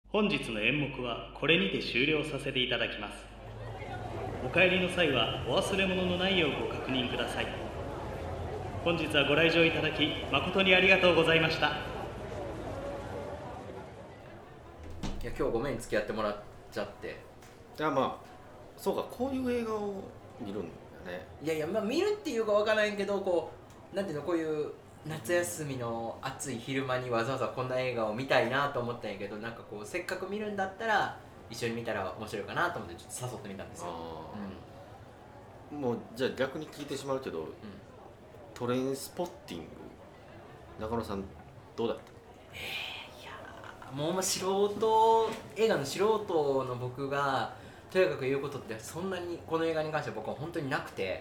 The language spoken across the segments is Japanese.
本日の演目はこれにて終了させていただきます。お帰りの際はお忘れ物のないようご確認ください。本日はご来場いただき誠にありがとうございました。いや今日ごめん付き合ってもらっちゃって。 いやまあそうか、こういう映画を見るんだね。 いやいや、まあ見るっていうかわからないけど、こうなんていうの、こういう夏休みの暑い昼間にわざわざこんな映画を見たいなと思ったんやけど、なんかこうせっかく見るんだったら一緒に見たら面白いかなと思ってちょっと誘ってみたんですよ。 もうじゃあ逆に聞いてしまうけど、トレインスポッティング、中野さんどうだった？ いやもう素人映画の素人の僕がとにかく言うことってそんなにこの映画に関しては僕は本当になくて、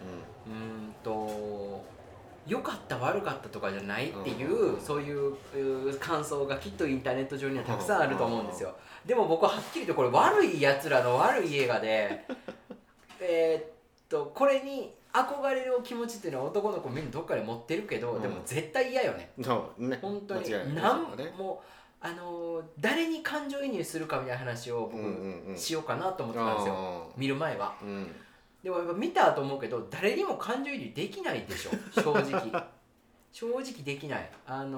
良かった悪かったとかじゃないっていう、そういう感想がきっとインターネット上にはたくさんあると思うんですよ。でも僕ははっきりとこれ悪いやつらの悪い映画でこれに憧れる気持ちっていうのは男の子みんなどっかで持ってるけど、でも絶対嫌よね。 そうね、 本当にもう誰に感情移入するかみたいな話を僕しようかなと思ってたんですよ、見る前は。でもやっぱ見たと思うけど誰にも感情移入できないでしょ正直正直できない。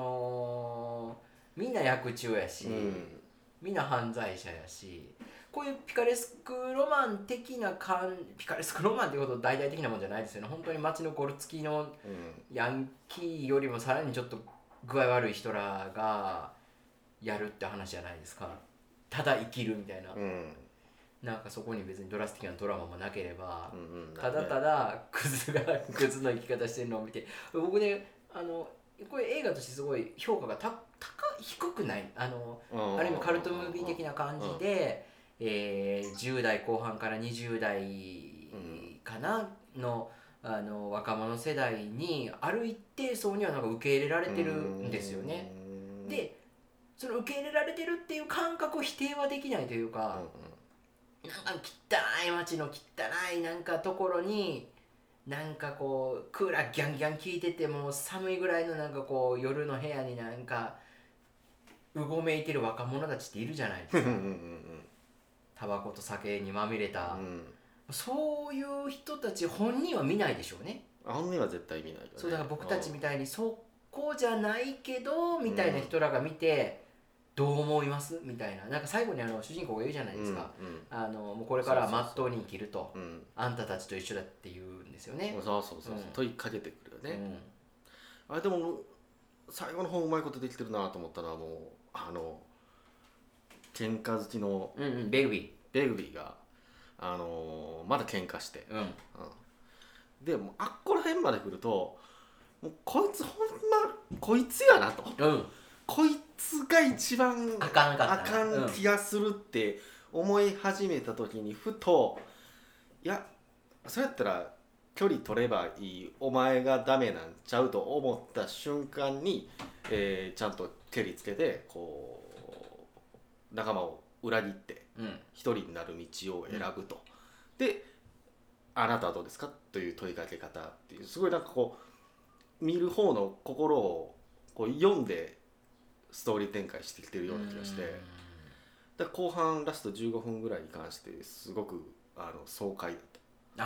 みんな役中やし、みんな犯罪者やし、こういうピカレスクロマン的なピカレスクロマンってこと大々的なもんじゃないですよね。本当に街のゴル付きのヤンキーよりもさらにちょっと具合悪い人らがやるって話じゃないですか。ただ生きるみたいな、なんかそこに別にドラスティックなドラマもなければ、ただただクズの生き方してるのを見て、僕ねこれ映画としてすごい評価が低くない、ある意味カルトムービー的な感じで、10代後半から20代かなの若者世代にある一定層にはなんか受け入れられてるんですよね。でその受け入れられてるっていう感覚を否定はできないというか、なんか汚い街の汚いなんかところになんかこうクーラーギャンギャン効いてても寒いぐらいのなんかこう夜の部屋になんかうごめいてる若者たちっているじゃないですかタバコと酒にまみれた、そういう人たち本人は見ないでしょうね。 本人は絶対見ないよね。 そうだから僕たちみたいにそこじゃないけどみたいな人らが見てどう思いますみたいな、なんか最後に主人公が言うじゃないですか、もうこれからはまっとうに生きると、あんたたちと一緒だって言うんですよね。 そう、問いかけてくるよね。あれでも最後の方うまいことできてるなと思ったのは、もう喧嘩好きのベグビーがまだ喧嘩して、でもあっこら辺まで来るともうこいつほんまこいつやなと、こいつが一番あかん気がするって思い始めた時にふと、いやそうやったら距離取ればいい、お前がダメなんちゃうと思った瞬間に、ちゃんと蹴りつけてこう仲間を裏切って一人になる道を選ぶと、であなたはどうですかという問いかけ方っていう、すごいなんかこう見る方の心をこう読んでストーリー展開してきてるような気がして、だ後半ラスト15分ぐらいに関してすごく爽快だった。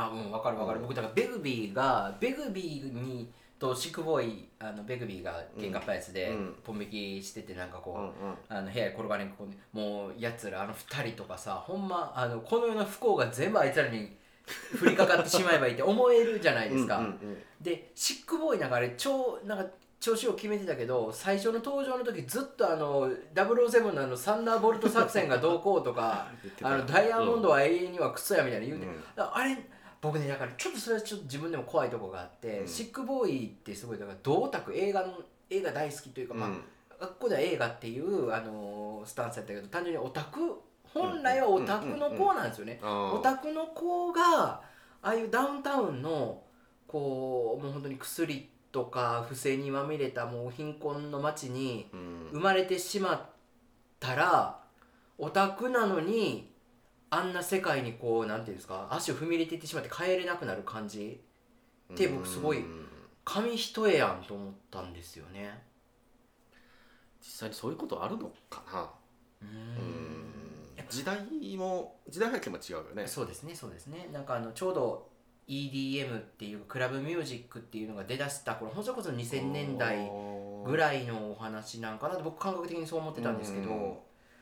分かる。僕だからベグビーにとシックボーイ、ベグビーが喧嘩っぱやつでポン引きしてて、なんかこう、部屋に転がり込んで、もうやつら2人とかさ、ほんまこの世の不幸が全部あいつらに降りかかってしまえばいいって思えるじゃないですか。でシックボーイなんかあれなんか調子を決めてたけど、最初の登場の時ずっと007のサンダーボルト作戦がどうこうとかダイヤモンドは永遠にはクソやみたいな言うて、あれ僕ね、だからちょっとそれはちょっと自分でも怖いとこがあって、シックボーイってすごいだから同オタク、映画大好きというか、学校では映画っていうスタンスやったけど、単純にオタク、本来はオタクの子なんですよね。オタクの子がああいうダウンタウンのこうもう本当に薬とか不正にまみれたもう貧困の町に生まれてしまったら、オタクなのにあんな世界にこうなんていうんですか、足を踏み入れていってしまって帰れなくなる感じって僕すごい紙一重やんと思ったんですよね。 実際にそういうことあるのかな。 時代背景も違うよね。 そうですねそうですね。なんかちょうど EDM っていうクラブミュージックっていうのが出だした頃、それこそ2000年代ぐらいのお話なんかなと僕感覚的にそう思ってたんですけど、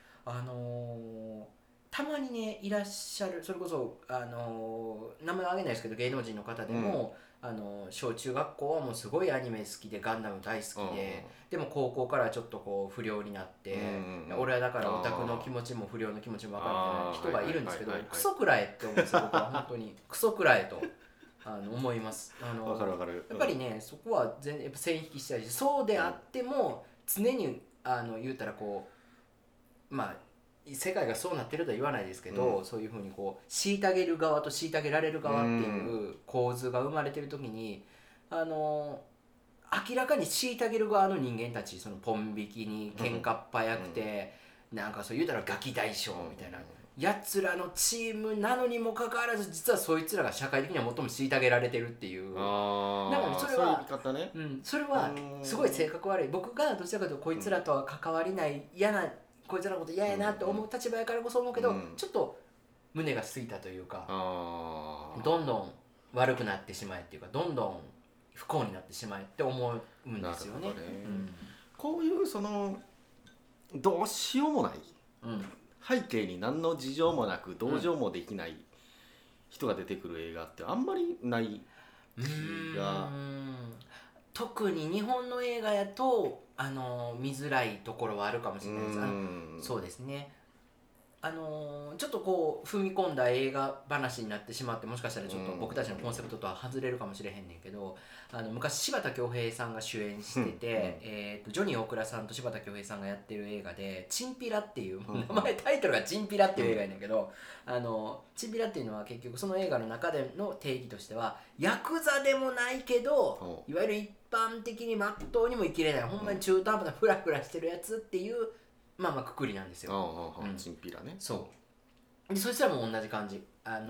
たまにねいらっしゃる、それこそ名前は挙げないですけど芸能人の方でも、小中学校はもうすごいアニメ好きでガンダム大好きで、でも高校からちょっとこう不良になって、俺はだからオタクの気持ちも不良の気持ちも分かるみたいな人がいるんですけど、クソくらえって思うんですよ僕は。本当にクソくらえと思います。 わかるわかる。 やっぱりねそこはやっぱ線引きしたいし、そうであっても常に言うたらこうまあ世界がそうなってるとは言わないですけど、そういうふうにこう虐げる側と虐げられる側っていう構図が生まれてる時に明らかに虐げる側の人間たち、そのポン引きに喧嘩っ早くて、なんかそう言うたらガキ大将みたいなやつらのチームなのにもかかわらず、実はそいつらが社会的には最も虐げられてるっていう。なのでそれはそれはすごい性格悪い。僕がどちらかというとこいつらとは関わりない嫌なこいつらのこと嫌やなって思う立場やからこそ思うけど、ちょっと胸がすいたというか、どんどん悪くなってしまえっていうか、どんどん不幸になってしまえって思うんですよね。 こういうそのどうしようもない、背景に何の事情もなく同情もできない人が出てくる映画ってあんまりない気が。 特に日本の映画やと見づらいところはあるかもしれないです。そうですね。ちょっとこう踏み込んだ映画話になってしまって、もしかしたらちょっと僕たちのコンセプトとは外れるかもしれへんねんけど、昔柴田恭兵さんが主演してて、ジョニー大倉さんと柴田恭兵さんがやってる映画でチンピラっていう、名前タイトルがチンピラっていう映画やねんけど、チンピラっていうのは結局その映画の中での定義としてはヤクザでもないけど、いわゆる一般的にまっとうにも生きれない、ほんまに中途半端なフラフラしてるやつっていうくくりなんですよ。 チンピラね。 そうでそいつらも同じ感じ。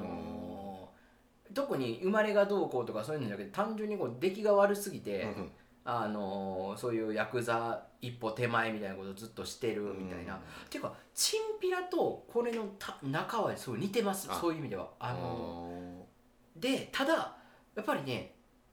特に生まれがどうこうとかそういうのじゃなくて、単純にこう出来が悪すぎて、そういうヤクザ一歩手前みたいなことをずっとしてるみたいな。っていうかチンピラとこれの中はすごい似てます。そういう意味では。でただやっぱりね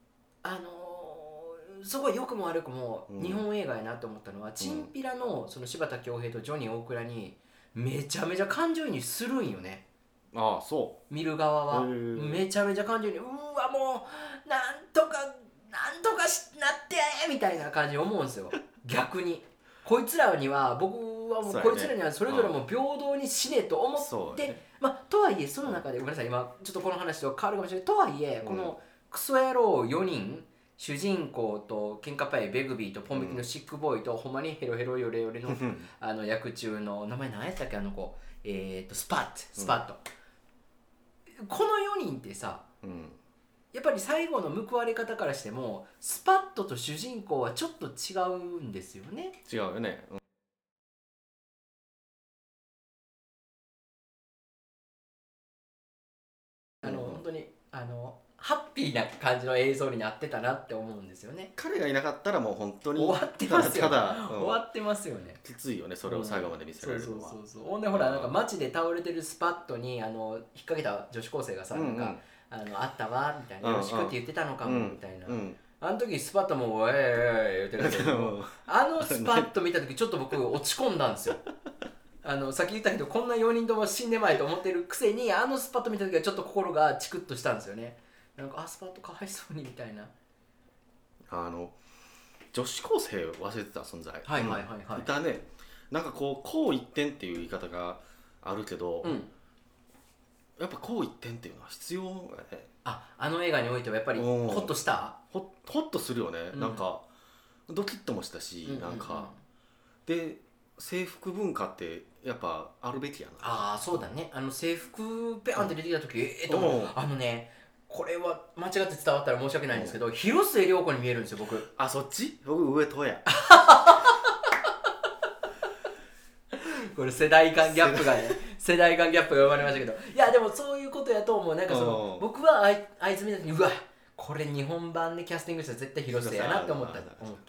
すごい良くも悪くも日本映画やなと思ったのは、チンピラのその柴田恭兵とジョニー大倉にめちゃめちゃ感情移入するんよね。 そう見る側はめちゃめちゃ感情移入、うわもうなんとかなってみたいな感じに思うんですよ。逆にこいつらには僕はもうこいつらにはそれぞれも平等に死ねと思って、とはいえその中でごめんなさい今ちょっとこの話と変わるかもしれない。とはいえこのクソ野郎4人、主人公と喧嘩っ早いベグビーとポン引きのシックボーイと、ほんまにヘロヘロヨレヨレの役中の名前何やったっけ子、スパット、この4人ってさ、やっぱり最後の報われ方からしてもスパットと主人公はちょっと違うんですよね。 違うよね。 本当にハッピーな感じの映像になってたなって思うんですよね。 彼がいなかったらもう本当に終わってますよね。終わってますよね。 きついよね、それを最後まで見せられるのは。 ほんでほらなんか街で倒れてるスパットに引っ掛けた女子高生がさ、なんかあったわみたいな、よろしくって言ってたのかもみたいな。あの時スパットも言ってたけど、スパット見た時ちょっと僕落ち込んだんですよ。さっき言ったけどこんな4人とも死んでまいと思ってるくせにスパット見た時はちょっと心がチクッとしたんですよね。なんかスパットかわいそうにみたいな。 女子高生忘れてた存在いたね。なんかこう一点っていう言い方があるけど、やっぱこう一点っていうのは必要やね。 映画においてはやっぱりホッとした。 ホッとするよね。なんかドキッともしたし、なんかで制服文化ってやっぱあるべきやな。 そうだね。制服ペアンって出てきた時これは間違って伝わったら申し訳ないんですけど、広末涼子に見えるんですよ僕。 そっち？僕上戸や。 これ世代間ギャップが生まれましたけど、いやでもそういうことやと思う。なんか僕はあいつ見た時にうわこれ日本版でキャスティングしたら絶対広末やなって思った。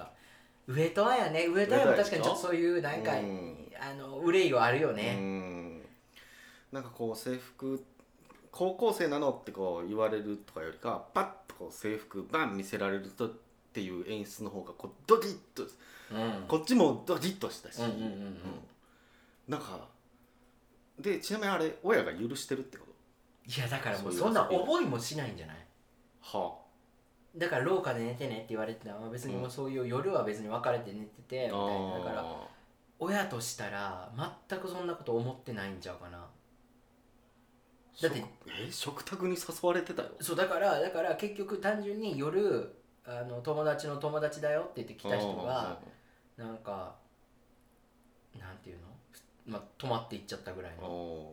上戸彩ね。上戸彩も確かにちょっとそういうなんか憂いはあるよね。 なんかこう制服高校生なのってこう言われるとかよりかパッとこう制服バン見せられるとっていう演出の方がこうドキッと、こっちもドキッとしたし、なんかでちなみにあれ親が許してるってこと？ いやだからもうそんな覚えもしないんじゃない？ はあ、 だから廊下で寝てねって言われてたのは別にもうそういう夜は別に別れて寝ててみたいな、だから親としたら全くそんなこと思ってないんちゃうかな。だって食卓に誘われてたよ。 そうだから結局単純に夜友達の友達だよって言って来た人がなんかなんていうの、泊まって行っちゃったぐらいの。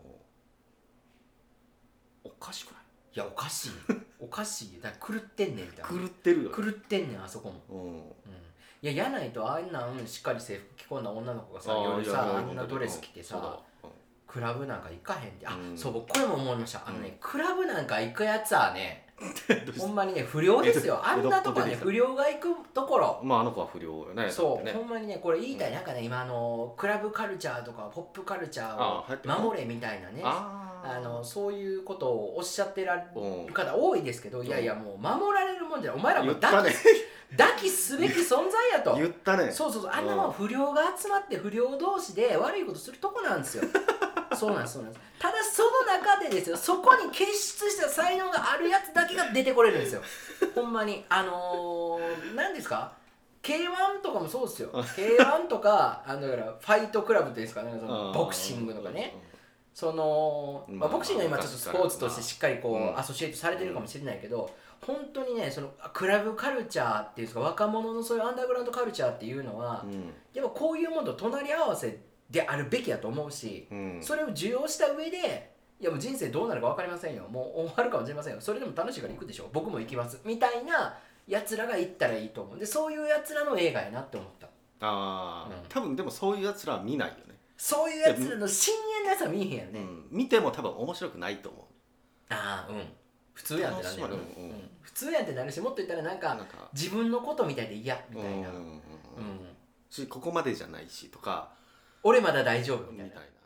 おかしくない？ いやおかしいおかしい、だから狂ってんねんみたいな。 狂ってるよ、 狂ってんねんあそこも。いややないとあんなんしっかり制服着込んだ女の子がさ夜さあんなドレス着てさクラブなんか行かへんって。そう僕これも思いました。クラブなんか行くやつはねほんまにね不良ですよ。あんなとこはね不良が行くところ。 まああの子は不良よね。 そう、ほんまにねこれ言いたい。なんかね今クラブカルチャーとかポップカルチャーを守れみたいなね、そういうことをおっしゃってられる方多いですけど、いやいやもう守られるもんじゃない。お前らも抱きすべき存在やと言ったね。 そうあんなもん不良が集まって不良同士で悪いことするとこなんですよそうなんです。ただその中でですよ、そこに結出した才能があるやつだけが出てこれるんですよほんまに何ですか K1 とかもそうですよK1 とかだからファイトクラブっていうんですかね、そのボクシングとかね、ボクシングは今ちょっとスポーツとしてしっかりこうアソシエイトされてるかもしれないけど、本当にねそのクラブカルチャーっていうんですか、若者のそういうアンダーグラウンドカルチャーっていうのは、やっぱこういうものと隣り合わせであるべきだと思うし、それを受容した上でいやもう人生どうなるか分かりませんよ、もう終わるかもしれませんよ、それでも楽しいから行くでしょ、僕も行きますみたいなやつらが行ったらいいと思う。でそういうやつらの映画やなって思った。 多分でもそういうやつらは見ないよね。 そういうやつらの深淵のやつは見えへんやんね、 見ても多分面白くないと思う。 普通やんってなるね、普通やんってなるし、もっと言ったらなんか自分のことみたいで嫌みたいな、 ここまでじゃないしとか、 俺まだ大丈夫みたいな。